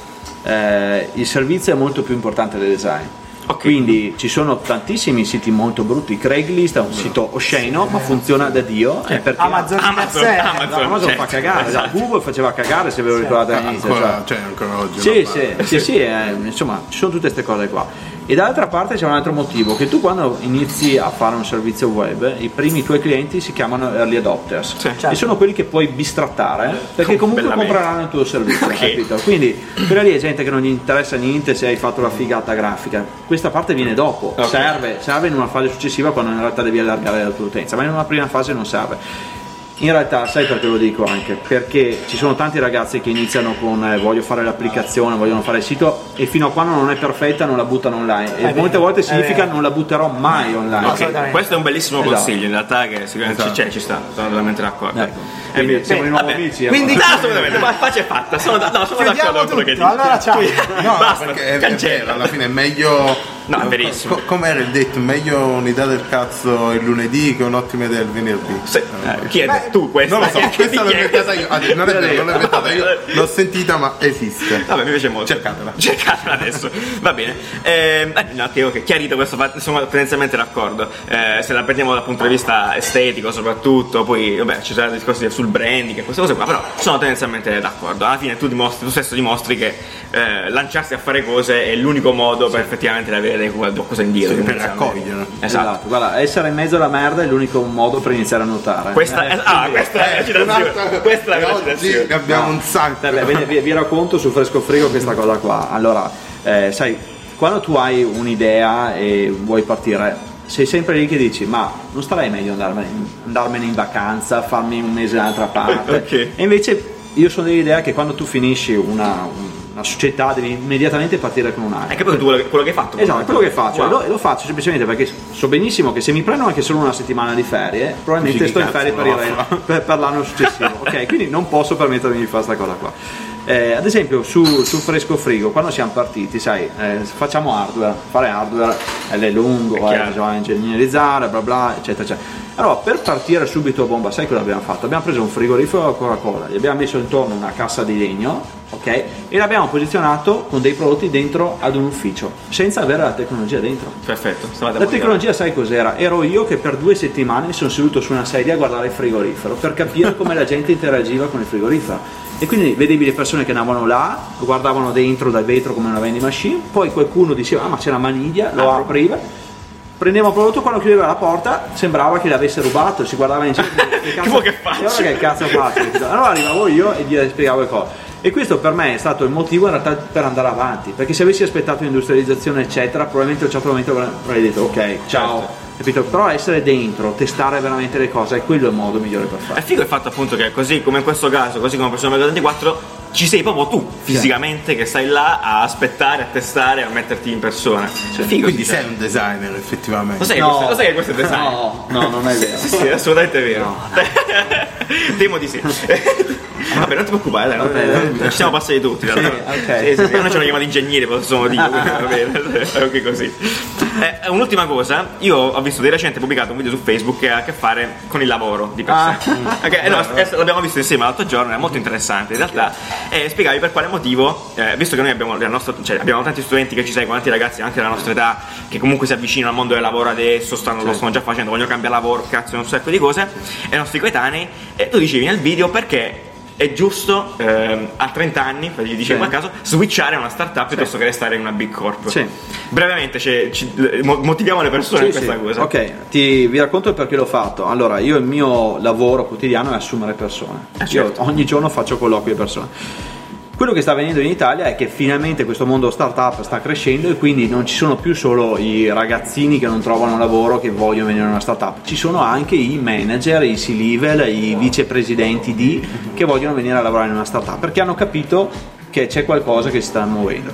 Speaker 5: eh, il servizio è molto più importante del design.
Speaker 3: Okay.
Speaker 5: Quindi ci sono tantissimi siti molto brutti. Craigslist è un sito osceno, ma funziona da Dio.
Speaker 3: Eh,
Speaker 5: perché
Speaker 4: Amazon,
Speaker 3: Amazon,
Speaker 4: Amazon,
Speaker 3: Amazon,
Speaker 5: Amazon
Speaker 3: certo.
Speaker 5: fa cagare,
Speaker 3: Esatto.
Speaker 5: Google faceva cagare, se ve lo ricordate all'inizio.
Speaker 6: Ancora,
Speaker 5: cioè.
Speaker 6: cioè, ancora oggi.
Speaker 5: Sì,
Speaker 6: no,
Speaker 5: sì, sì, sì, eh, insomma, ci sono tutte queste cose qua. E dall'altra parte c'è un altro motivo, che tu quando inizi a fare un servizio web, i primi tuoi clienti si chiamano early adopters,
Speaker 3: sì.
Speaker 5: e sono quelli che puoi bistrattare, perché comunque compreranno il tuo servizio,
Speaker 3: okay.
Speaker 5: capito? Quindi quella lì è gente che non gli interessa niente se hai fatto la figata grafica, questa parte viene dopo, okay. serve, serve in una fase successiva quando in realtà devi allargare la tua utenza, ma in una prima fase non serve. In realtà sai perché lo dico anche? Perché ci sono tanti ragazzi che iniziano con eh, voglio fare l'applicazione, vogliono fare il sito, e fino a quando non è perfetta non la buttano online, e molte volte significa non la butterò mai online.
Speaker 3: Okay. Questo è un bellissimo
Speaker 5: esatto.
Speaker 3: consiglio in realtà, che sicuramente
Speaker 6: esatto.
Speaker 3: c'è, ci sta, sono totalmente d'accordo.
Speaker 5: Ecco.
Speaker 3: Eh,
Speaker 5: Quindi siamo di nuovo
Speaker 3: vabbè.
Speaker 5: amici.
Speaker 3: Quindi
Speaker 5: allora.
Speaker 3: no, assolutamente, ma faccia è fatta, sono, da, no, sono d'accordo con quello che dici.
Speaker 4: Allora ciao.
Speaker 6: No,
Speaker 3: Basta,
Speaker 6: perché è, è
Speaker 3: cancella.
Speaker 6: vero, alla fine è meglio.
Speaker 3: No, è verissimo.
Speaker 6: Co- com'era il detto? Meglio un'idea del cazzo il lunedì che un'ottima idea il venerdì.
Speaker 3: Sì. Eh, chi è Beh, tu questa?
Speaker 6: Non lo so,
Speaker 3: Chi
Speaker 6: questa l'ho
Speaker 3: chi
Speaker 6: inventata io. Ah, non è vero, non l'ho inventata io, l'ho sentita, ma esiste.
Speaker 3: Vabbè, mi piace molto.
Speaker 6: Cercatela.
Speaker 3: Cercatela adesso. Va bene. Eh, no, ok, ok, chiarito questo, sono tendenzialmente d'accordo. Eh, se la prendiamo dal punto di vista estetico soprattutto, poi vabbè, ci saranno discorsi sul branding e queste cose qua, però sono tendenzialmente d'accordo. Alla fine tu dimostri, tu stesso dimostri che eh, lanciarsi a fare cose è l'unico modo per effettivamente avere qualcosa indietro.
Speaker 6: Sì, per raccogliere.
Speaker 3: Esatto.
Speaker 5: Esatto. Guarda, essere in mezzo alla merda è l'unico modo per iniziare a nuotare.
Speaker 3: Questa
Speaker 5: eh,
Speaker 3: è, ah, questa è la citazione. Questa è la citazione.
Speaker 6: Sì, abbiamo
Speaker 5: no.
Speaker 6: un sacco.
Speaker 5: Vabbè, vi, vi, vi racconto su Fresco Frigo questa cosa qua. Allora, eh, sai, quando tu hai un'idea e vuoi partire, sei sempre lì che dici, ma non starei meglio andarmene, andarmene in vacanza, farmi un mese da un'altra parte.
Speaker 3: Okay.
Speaker 5: E invece io sono dell'idea che quando tu finisci una, una società devi immediatamente partire con un'altra.
Speaker 3: Hai capito tu quello, quello che hai fatto?
Speaker 5: Esatto, quello che faccio.
Speaker 3: Wow.
Speaker 5: Lo, lo faccio semplicemente perché so benissimo che se mi prendo anche solo una settimana di ferie, probabilmente
Speaker 6: Dici
Speaker 5: sto in
Speaker 6: cazzo,
Speaker 5: ferie per,
Speaker 6: no.
Speaker 5: il, per, per l'anno successivo. Ok, quindi non posso permettermi di fare questa cosa qua. Eh, ad esempio su, su Fresco Frigo, quando siamo partiti, sai, eh, facciamo hardware, fare hardware è lungo, è bisogna ingegnerizzare, bla bla, eccetera, eccetera. Allora, per partire subito a bomba, sai cosa abbiamo fatto? Abbiamo preso un frigorifero a Coca-Cola, gli abbiamo messo intorno una cassa di legno, ok? E l'abbiamo posizionato con dei prodotti dentro ad un ufficio, senza avere la tecnologia dentro.
Speaker 3: Perfetto.
Speaker 5: La tecnologia sai cos'era? Ero io che per due settimane mi sono seduto su una sedia a guardare il frigorifero per capire come la gente interagiva con il frigorifero. E quindi vedevi le persone che andavano là, lo guardavano dentro dal vetro come una vending machine, poi qualcuno diceva ah ma c'è la maniglia, lo apriva, prendeva il prodotto, quando chiudeva la porta sembrava che l'avesse rubato, si guardava in giro che cazzo,
Speaker 3: che faccio?
Speaker 5: che cazzo faccio? Allora arrivavo io e gli spiegavo le cose. E questo per me è stato il motivo in realtà per andare avanti, perché se avessi aspettato industrializzazione eccetera, probabilmente a un certo momento avrei detto ok, ciao. Certo. Capito? Però essere dentro, testare veramente le cose, è quello il modo migliore per fare.
Speaker 3: È figo il fatto appunto che così come in questo caso, così come Persona ventiquattro, ci sei proprio tu fisicamente, sì, che stai là a aspettare, a testare, a metterti in persona. Cioè, figo,
Speaker 6: quindi
Speaker 3: sei
Speaker 6: un designer effettivamente.
Speaker 3: Lo sai,
Speaker 5: no.
Speaker 3: questo, lo sai che questo è design?
Speaker 5: No, no, non è vero.
Speaker 3: Sì, sì, è assolutamente vero. No. Temo di sì. Vabbè, non ti preoccupare, dai, okay. non ci siamo passati tutti. Sì, okay. Sì, sì, noi ci hanno chiamato ingegneri, possiamo dire, va bene, è anche così. Eh, un'ultima cosa, io ho visto di recente pubblicato un video su Facebook che ha a che fare con il lavoro di per sé. Ah. Okay, eh, no, l'abbiamo visto insieme l'altro giorno, è molto interessante in realtà, e spiegavi per quale motivo, eh, visto che noi abbiamo, nostro, cioè, abbiamo tanti studenti che ci seguono, tanti ragazzi anche della nostra età che comunque si avvicinano al mondo del lavoro adesso, stanno, certo, lo stanno già facendo, vogliono cambiare lavoro, cazzo, un sacco di cose, e i nostri coetanei, e tu dicevi nel video perché è giusto ehm, a trenta anni, gli dicevi, sì, in quel caso, switchare a una startup, sì, piuttosto che restare in una big corp. Sì. Brevemente ci, ci, motiviamo le persone, sì, in questa, sì, cosa.
Speaker 5: Ok, ti vi racconto il perché l'ho fatto. Allora, io il mio lavoro quotidiano è assumere persone. Eh, certo. Io ogni giorno faccio colloqui di persone. Quello che sta avvenendo in Italia è che finalmente questo mondo startup sta crescendo e quindi non ci sono più solo i ragazzini che non trovano lavoro che vogliono venire in una startup, ci sono anche i manager, i C-level, i vicepresidenti di che vogliono venire a lavorare in una startup perché hanno capito che c'è qualcosa che si sta muovendo.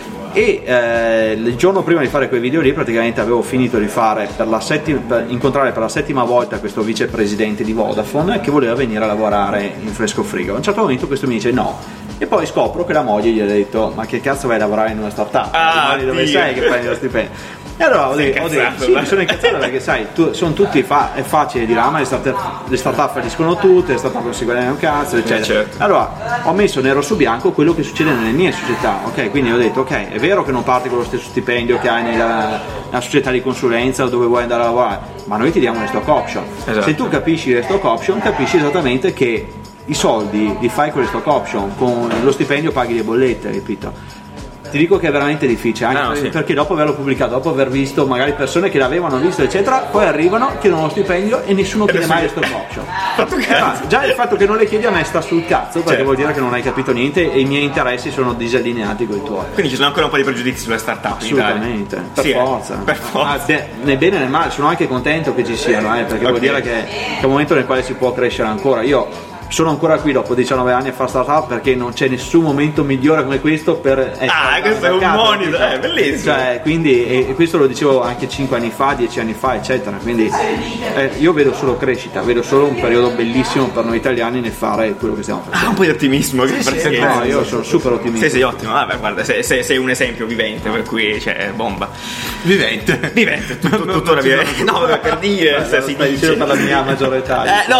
Speaker 5: E eh, il giorno prima di fare quei video lì praticamente avevo finito di fare per la settima, per incontrare per la settima volta questo vicepresidente di Vodafone che voleva venire a lavorare in fresco frigo. A un certo momento questo mi dice no. E poi scopro che la moglie gli ha detto ma che cazzo vai a lavorare in una startup?
Speaker 3: Ah,
Speaker 5: dove sei che prendi lo stipendio? E allora ho detto, ho detto sì, mi sono incazzato perché sai, tu, sono tutti fa, è facile dire ah ma le start-up, le start-up falliscono tutte, le start-up non si guadagnano un cazzo eccetera. Certo. Allora ho messo nero su bianco quello che succede nelle mie società, ok? Quindi ho detto ok, è vero che non parti con lo stesso stipendio che hai nella, nella società di consulenza dove vuoi andare a lavorare, ma noi ti diamo le stock option. Esatto. Se tu capisci le stock option capisci esattamente che i soldi li fai con le stock option, con lo stipendio paghi le bollette, capito? Ti dico che è veramente difficile, anche no, per, sì. perché dopo averlo pubblicato, dopo aver visto magari persone che l'avevano visto eccetera, poi arrivano, chiedono lo stipendio e nessuno chiede mai le stock option. Eh, già il fatto che non le chiedi a me sta sul cazzo, perché certo. vuol dire che non hai capito niente e i miei interessi sono disallineati con i tuoi.
Speaker 3: Quindi ci sono ancora un po' di pregiudizi sulle startup.
Speaker 5: Assolutamente, per, sì, forza.
Speaker 3: Eh, per forza.
Speaker 5: Ah, né bene né male, sono anche contento che ci siano, eh, perché okay. vuol dire che è un momento nel quale si può crescere ancora. Io sono ancora qui dopo diciannove anni a fare startup perché non c'è nessun momento migliore come questo per essere
Speaker 3: ah questo è un monito, è bellissimo,
Speaker 5: cioè, quindi e, e questo lo dicevo anche cinque anni fa, dieci anni fa eccetera, quindi eh, io vedo solo crescita, vedo solo un periodo bellissimo per noi italiani nel fare quello che stiamo facendo.
Speaker 3: Ah, un po' di ottimismo, sì,
Speaker 5: sì, sì, no, io sono super ottimista.
Speaker 3: Sei, sei ottimo, vabbè guarda, sei, sei, sei un esempio vivente, per cui cioè bomba
Speaker 6: vivente
Speaker 3: vivente tutto, tutto, tuttora vivente, no vabbè, per dire se si dice
Speaker 5: per la mia maggiore età
Speaker 3: eh, no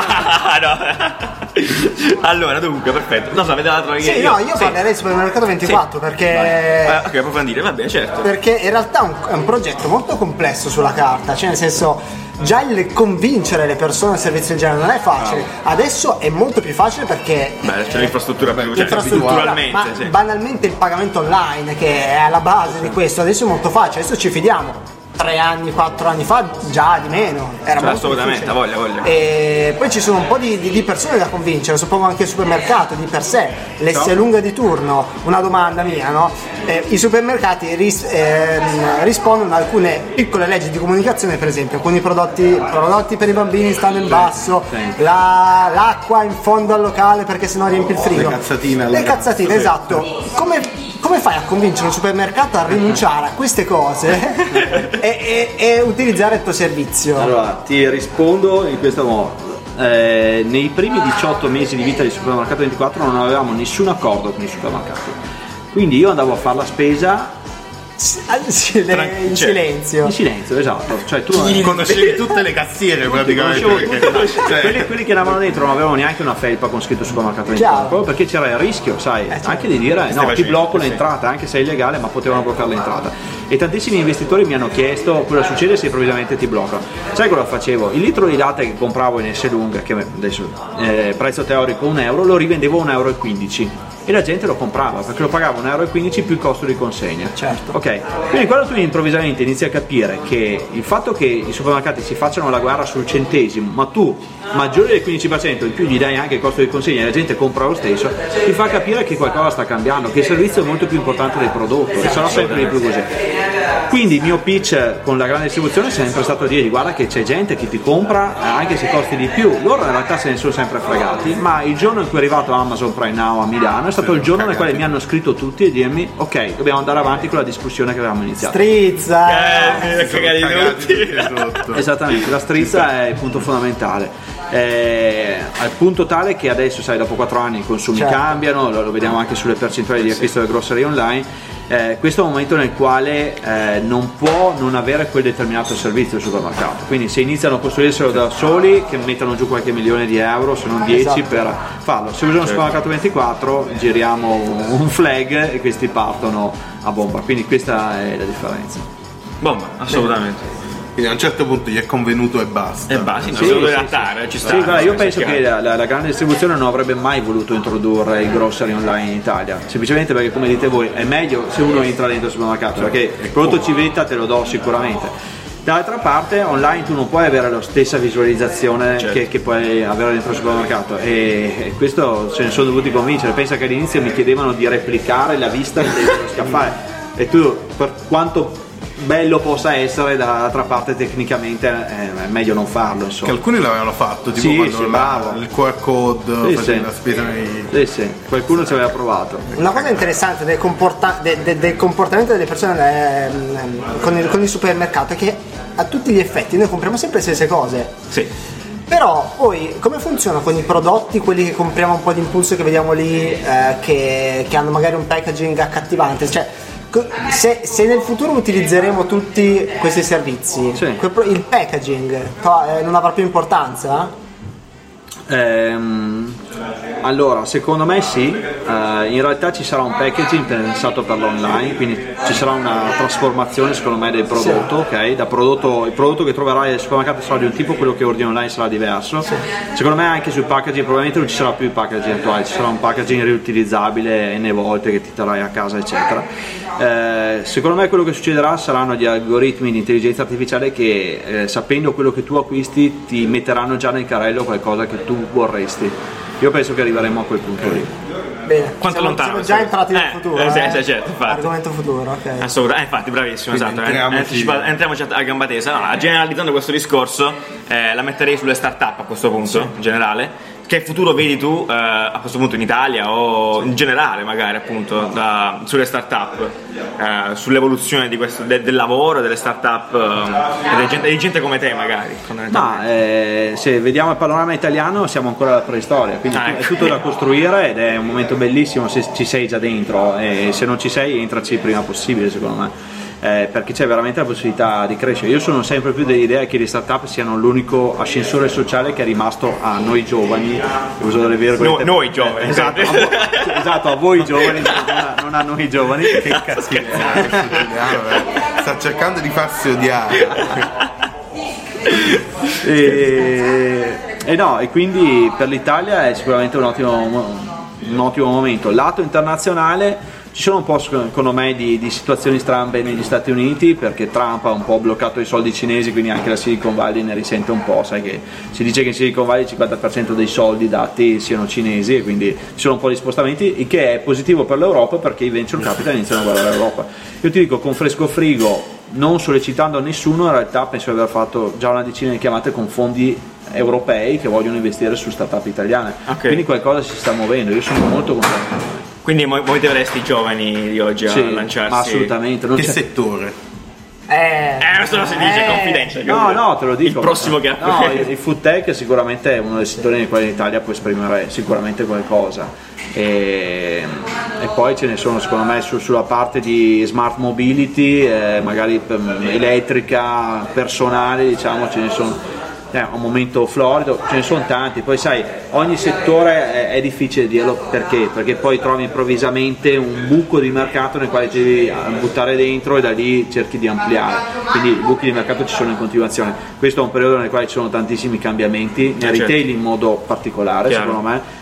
Speaker 3: no allora dunque perfetto, no so, avete l'altro
Speaker 4: sì, io, no io sì. parlerei di Supermercato ventiquattro sì. perché
Speaker 3: eh, ok, approfondire, va bene, certo,
Speaker 4: perché in realtà è un, è un progetto molto complesso sulla carta, cioè nel senso già il convincere le persone al servizio del genere non è facile, no. Adesso è molto più facile perché
Speaker 3: beh, c'è l'infrastruttura più cioè, virtualmente,
Speaker 4: ma sì. banalmente il pagamento online che è alla base di questo adesso è molto facile, adesso ci fidiamo. Tre anni, quattro anni fa già di meno era
Speaker 3: cioè, assolutamente, voglia, voglia.
Speaker 4: E poi ci sono un po' di, di, di persone da convincere, suppongo anche il supermercato di per sé, l'esse lunga di turno. Una domanda mia, no? Eh, i supermercati ris- eh, rispondono a alcune piccole leggi di comunicazione, per esempio alcuni prodotti, prodotti per i bambini stanno in basso, sì. la, l'acqua in fondo al locale perché sennò riempie il frigo,
Speaker 6: le cazzatine,
Speaker 4: le cazzatine, sì. Esatto. Come Come fai a convincere un supermercato a rinunciare a queste cose e, e, e utilizzare il tuo servizio?
Speaker 5: Allora, ti rispondo in questo modo. Eh, nei primi diciotto mesi di vita di Supermercato ventiquattro non avevamo nessun accordo con i supermercati. Quindi io andavo a fare la spesa
Speaker 4: in silenzio
Speaker 5: in silenzio, esatto, cioè tu
Speaker 6: conoscevi tutte le cassiere praticamente,
Speaker 5: cioè, quelli, quelli che eravamo dentro non avevano neanche una felpa con scritto Supermercato ventiquattro perché c'era il rischio, sai, eh, certo. anche di dire no, ti blocco sì. l'entrata, anche se è illegale, ma potevano bloccare l'entrata. E tantissimi investitori mi hanno chiesto cosa succede se improvvisamente ti bloccano. Sai cosa facevo? Il litro di latte che compravo in Esselunga, che adesso eh, prezzo teorico un euro, lo rivendevo a un euro e quindici. e la gente lo comprava perché lo pagava un euro e quindici più il costo di consegna.
Speaker 4: Certo.
Speaker 5: Ok, quindi quando tu improvvisamente inizi a capire che il fatto che i supermercati si facciano la guerra sul centesimo, ma tu maggiore del quindici per cento in più gli dai anche il costo di consegna e la gente compra lo stesso, ti fa capire che qualcosa sta cambiando, che il servizio è molto più importante del prodotto e sarà sempre di più così. Quindi il mio pitch con la grande distribuzione è sempre stato dire guarda che c'è gente che ti compra anche se costi di più. Loro in realtà se ne sono sempre fregati, ma il giorno in cui è arrivato Amazon Prime Now a Milano è stato il giorno nel quale mi hanno scritto tutti e dirmi ok, dobbiamo andare avanti con la discussione che avevamo iniziato.
Speaker 4: Strizza!
Speaker 3: Eh, cagati
Speaker 5: Esattamente, la strizza è il punto fondamentale. Eh, al punto tale che adesso sai dopo quattro anni i consumi
Speaker 4: certo.
Speaker 5: cambiano, lo, lo vediamo anche sulle percentuali di acquisto del grocery online. Eh, questo è un momento nel quale eh, non può non avere quel determinato servizio il supermercato, quindi se iniziano a costruirselo da soli che mettano giù qualche milione di euro se non dieci esatto. per farlo. Se usano il supermercato ventiquattro giriamo un flag e questi partono a bomba, quindi questa è la differenza.
Speaker 3: Bomba, assolutamente.
Speaker 6: Quindi a un certo punto gli è convenuto e basta.
Speaker 3: E basta,
Speaker 5: sì,
Speaker 3: non si deve
Speaker 5: sì,
Speaker 3: adattare,
Speaker 5: sì,
Speaker 3: ci sta.
Speaker 5: sì, guarda, io penso che la, la, la grande distribuzione non avrebbe mai voluto introdurre il grocery online in Italia, semplicemente perché come dite voi è meglio se uno entra dentro il supermercato, perché il prodotto civetta te lo do sicuramente. Dall'altra parte online tu non puoi avere la stessa visualizzazione certo. che, che puoi avere dentro il supermercato e, e questo se ne sono dovuti convincere. Pensa che all'inizio mi chiedevano di replicare la vista dello scaffale e tu per quanto bello possa essere, dall'altra parte tecnicamente è meglio non farlo, insomma.
Speaker 6: Che alcuni l'avevano fatto, tipo
Speaker 5: sì,
Speaker 6: quando
Speaker 5: sì,
Speaker 6: la, il Q R code
Speaker 5: sì,
Speaker 6: faceva
Speaker 5: sì.
Speaker 6: la spesa nei...
Speaker 5: sì, sì, qualcuno ci aveva provato.
Speaker 4: Una cosa interessante del, comporta- de- de- del comportamento delle persone eh, con, il, con il supermercato è che a tutti gli effetti noi compriamo sempre le stesse cose.
Speaker 3: Sì.
Speaker 4: Però poi come funziona con i prodotti, quelli che compriamo un po' d'impulso, che vediamo lì, eh, che, che hanno magari un packaging accattivante, cioè Se, se nel futuro utilizzeremo tutti questi servizi,
Speaker 5: sì.
Speaker 4: il packaging non avrà più importanza?
Speaker 5: Ehm, allora, secondo me sì, eh, in realtà ci sarà un packaging pensato per l'online, quindi ci sarà una trasformazione secondo me del prodotto, sì. ok? Da prodotto, il prodotto che troverai al supermercato sarà di un tipo, quello che ordini online sarà diverso. Sì. Secondo me anche sul packaging probabilmente non ci sarà più il packaging attuale, ci sarà un packaging riutilizzabile n volte che ti terrai a casa eccetera. Eh, secondo me quello che succederà saranno gli algoritmi di intelligenza artificiale che eh, sapendo quello che tu acquisti ti metteranno già nel carrello qualcosa che tu vorresti. Io penso che arriveremo a quel punto lì.
Speaker 4: Bene,
Speaker 3: quanto
Speaker 4: siamo,
Speaker 3: lontano
Speaker 4: siamo già entrati nel
Speaker 3: eh,
Speaker 4: futuro,
Speaker 3: eh, sì,
Speaker 4: eh?
Speaker 3: sì, certo, infatti.
Speaker 4: Argomento futuro, ok.
Speaker 3: Assolutamente, eh, infatti, bravissimo,
Speaker 6: Quindi
Speaker 3: esatto.
Speaker 6: entriamoci...
Speaker 3: Eh, entriamoci a gamba tesa. No, generalizzando questo discorso, eh, la metterei sulle start-up a questo punto, sì. in generale. Che futuro vedi tu eh, a questo punto in Italia o in generale magari appunto da, sulle start-up, eh, sull'evoluzione di questo, de, del lavoro, delle start-up eh, e di gente, di gente come te magari?
Speaker 5: Ma eh, se vediamo il panorama italiano siamo ancora alla preistoria, quindi
Speaker 3: ah, ecco.
Speaker 5: è tutto da costruire ed è un momento bellissimo se ci sei già dentro e se non ci sei entraci il prima possibile secondo me. Eh, perché c'è veramente la possibilità di crescere. Io sono sempre più dell'idea che le start-up siano l'unico ascensore sociale che è rimasto a noi giovani, uso delle virgolette,
Speaker 3: no, noi giovani,
Speaker 5: eh, esatto, a voi, esatto, a voi giovani, non a, non a noi giovani. Che cazzo
Speaker 6: sta cercando di farsi odiare.
Speaker 5: e, e no, e quindi per l'Italia è sicuramente un ottimo, un ottimo momento. Lato internazionale ci sono un po' secondo me di, di situazioni strambe negli Stati Uniti perché Trump ha un po' bloccato i soldi cinesi, quindi anche la Silicon Valley ne risente un po', sai che si dice che in Silicon Valley il cinquanta per cento dei soldi dati siano cinesi e quindi ci sono un po' di spostamenti, il che è positivo per l'Europa perché i venture capital iniziano a guardare l'Europa. Io ti dico con fresco frigo, non sollecitando a nessuno, in realtà penso di aver fatto già una decina di chiamate con fondi europei che vogliono investire su start-up italiane, okay. Quindi qualcosa si sta muovendo, io sono molto contento.
Speaker 3: Quindi motiveresti i giovani di oggi a
Speaker 5: sì,
Speaker 3: lanciarsi?
Speaker 5: Assolutamente. Non
Speaker 6: che
Speaker 5: c'è...
Speaker 6: settore?
Speaker 4: Eh,
Speaker 3: eh, questo non si dice,
Speaker 4: eh,
Speaker 3: confidenza.
Speaker 5: No, no, te lo dico.
Speaker 3: Il prossimo che
Speaker 5: no, il, il food tech sicuramente è uno dei settori nei quali l'Italia può esprimere sicuramente qualcosa. E, e poi ce ne sono secondo me su, sulla parte di smart mobility, eh, magari um, elettrica, personale, diciamo, ce ne sono. È un momento florido, ce ne sono tanti, poi sai, ogni settore è, è difficile dirlo perché, perché poi trovi improvvisamente un buco di mercato nel quale ti devi buttare dentro e da lì cerchi di ampliare, quindi i buchi di mercato ci sono in continuazione. Questo è un periodo nel quale ci sono tantissimi cambiamenti, nel retail in modo particolare, chiaro. Secondo me,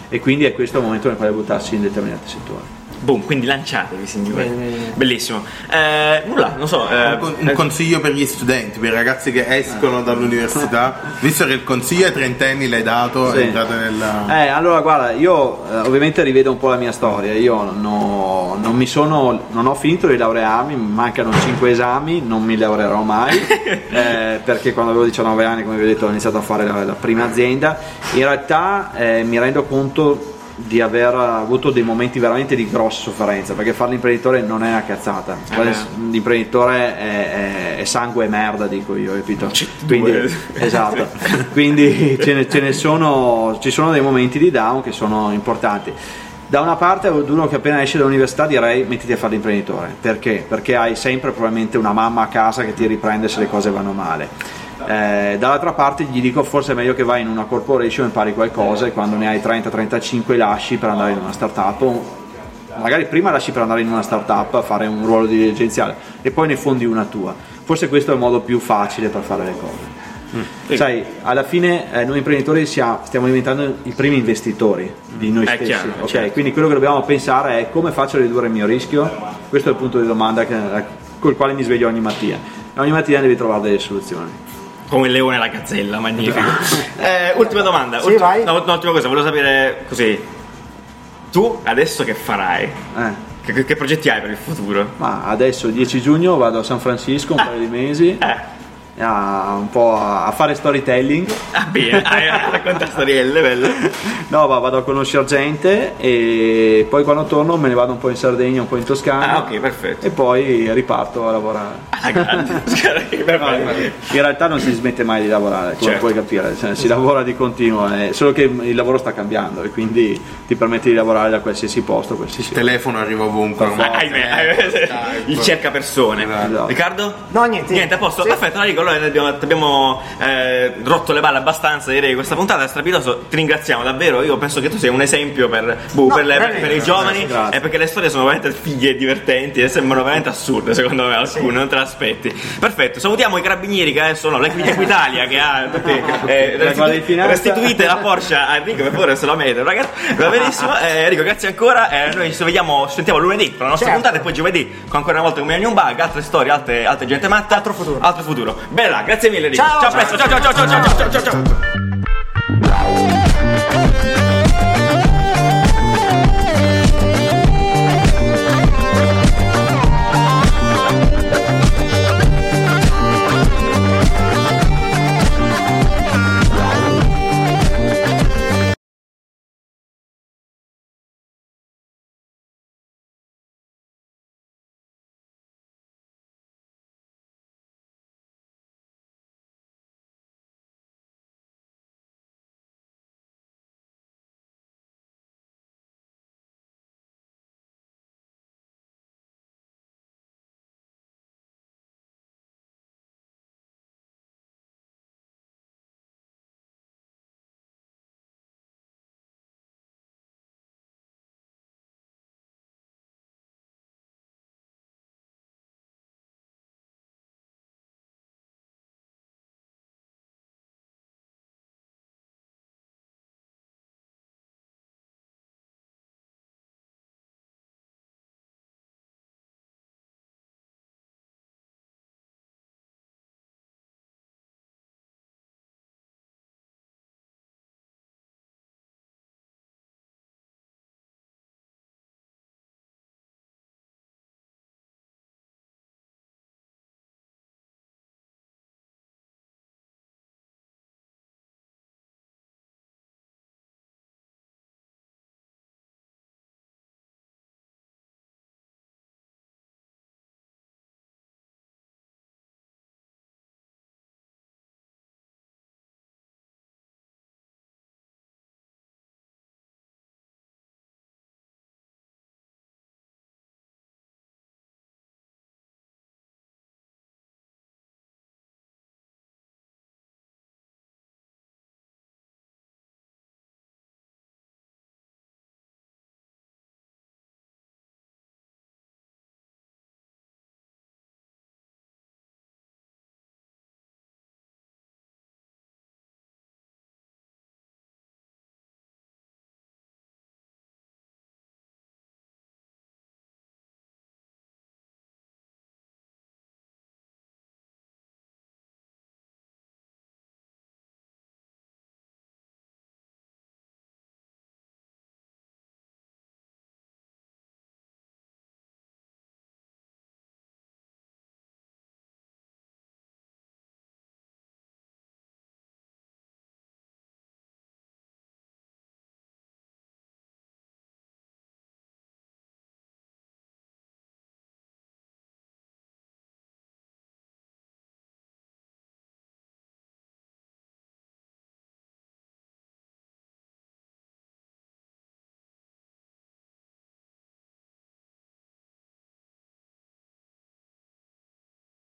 Speaker 5: e quindi è questo il momento nel quale buttarsi in determinati settori.
Speaker 3: Boom, quindi lanciatevi signori. Bellissimo. Eh, nulla, non so. Eh,
Speaker 6: un, un consiglio per gli studenti, per i ragazzi che escono dall'università, visto che il consiglio ai trentenni l'hai dato,
Speaker 5: sì.
Speaker 6: entrate nella.
Speaker 5: Eh, allora guarda, io eh, ovviamente rivedo un po' la mia storia. Io no, non mi sono. non ho finito di laurearmi, mi mancano cinque esami, non mi laureerò mai. eh, perché quando avevo diciannove anni, come vi ho detto, ho iniziato a fare la, la prima azienda. In realtà eh, mi rendo conto di aver avuto dei momenti veramente di grossa sofferenza, perché fare l'imprenditore non è una cazzata, eh. l'imprenditore è, è, è sangue e merda, dico io, capito? Quindi, esatto, quindi ce ne, ce ne sono, ci sono dei momenti di down che sono importanti. Da una parte, ad uno che appena esce dall'università direi mettiti a fare l'imprenditore, perché? Perché hai sempre probabilmente una mamma a casa che ti riprende se le cose vanno male. Eh, dall'altra parte gli dico forse è meglio che vai in una corporation e impari qualcosa e quando ne hai trenta trentacinque lasci per andare in una startup, magari prima lasci per andare in una startup a fare un ruolo di dirigenziale e poi ne fondi una tua. Forse questo è il modo più facile per fare le cose. Mm. Sai, alla fine eh, noi imprenditori siamo, stiamo diventando i primi investitori di noi stessi,
Speaker 3: chiaro,
Speaker 5: okay?
Speaker 3: certo.
Speaker 5: Quindi quello che dobbiamo pensare è come faccio a ridurre il mio rischio. Questo è il punto di domanda che, col quale mi sveglio ogni mattina e ogni mattina devi trovare delle soluzioni.
Speaker 3: Come il leone e la gazzella, magnifico. eh, ultima domanda.
Speaker 4: Sì,
Speaker 3: ultim-
Speaker 4: vai.
Speaker 3: no, un'ultima cosa, volevo sapere così. Tu adesso che farai?
Speaker 5: Eh.
Speaker 3: Che, che progetti hai per il futuro?
Speaker 5: Ma adesso il dieci giugno vado a San Francisco un paio di mesi
Speaker 3: Eh.
Speaker 5: a, un po' a fare storytelling.
Speaker 3: Ah, bene, hai raccontato storielle, bello.
Speaker 5: No, va, vado a conoscere gente e poi quando torno me ne vado un po' in Sardegna, un po' in Toscana.
Speaker 3: Ah, ok, perfetto.
Speaker 5: E poi riparto a lavorare.
Speaker 3: Ah, grande.
Speaker 5: In realtà non si smette mai di lavorare, come
Speaker 3: Certo.
Speaker 5: puoi capire, cioè, si lavora di continuo, eh, solo che il lavoro sta cambiando e quindi ti permette di lavorare da qualsiasi posto, qualsiasi
Speaker 6: Il telefono arriva ovunque.
Speaker 3: Ah, ahimè, ahimè. Il cerca persone.
Speaker 5: Esatto.
Speaker 3: Riccardo?
Speaker 4: No, niente.
Speaker 3: Niente, a posto.
Speaker 4: Sì.
Speaker 3: Perfetto, Enrico, allora noi abbiamo, ti abbiamo eh, rotto le balle abbastanza, direi che questa puntata è strepitoso. Ti ringraziamo davvero. Io penso che tu sei un esempio per, boh,
Speaker 4: No,
Speaker 3: per, le-
Speaker 4: veramente,
Speaker 3: per i giovani
Speaker 5: grazie.
Speaker 3: e perché le storie sono veramente fighe e divertenti e sembrano veramente assurde, secondo me, alcune, non te l'aspetti. Perfetto, salutiamo i carabinieri che adesso no, l'Equitalia che ha tutti, eh,
Speaker 5: La Guardia di Finanza.
Speaker 3: restituite la Porsche a Enrico per favore se lo merita, ragazzi. Va benissimo, eh, Enrico, grazie ancora. Eh, noi ci vediamo, ci sentiamo lunedì per la nostra
Speaker 4: Certo.
Speaker 3: puntata e poi giovedì con ancora una volta con Millennium Bug, altre storie, altre, altre gente matta, altro futuro. Altro futuro. Bella, grazie mille Enrico.
Speaker 4: Ciao.
Speaker 3: Ciao, a presto. Ciao ciao ciao ciao ciao ciao ciao ciao.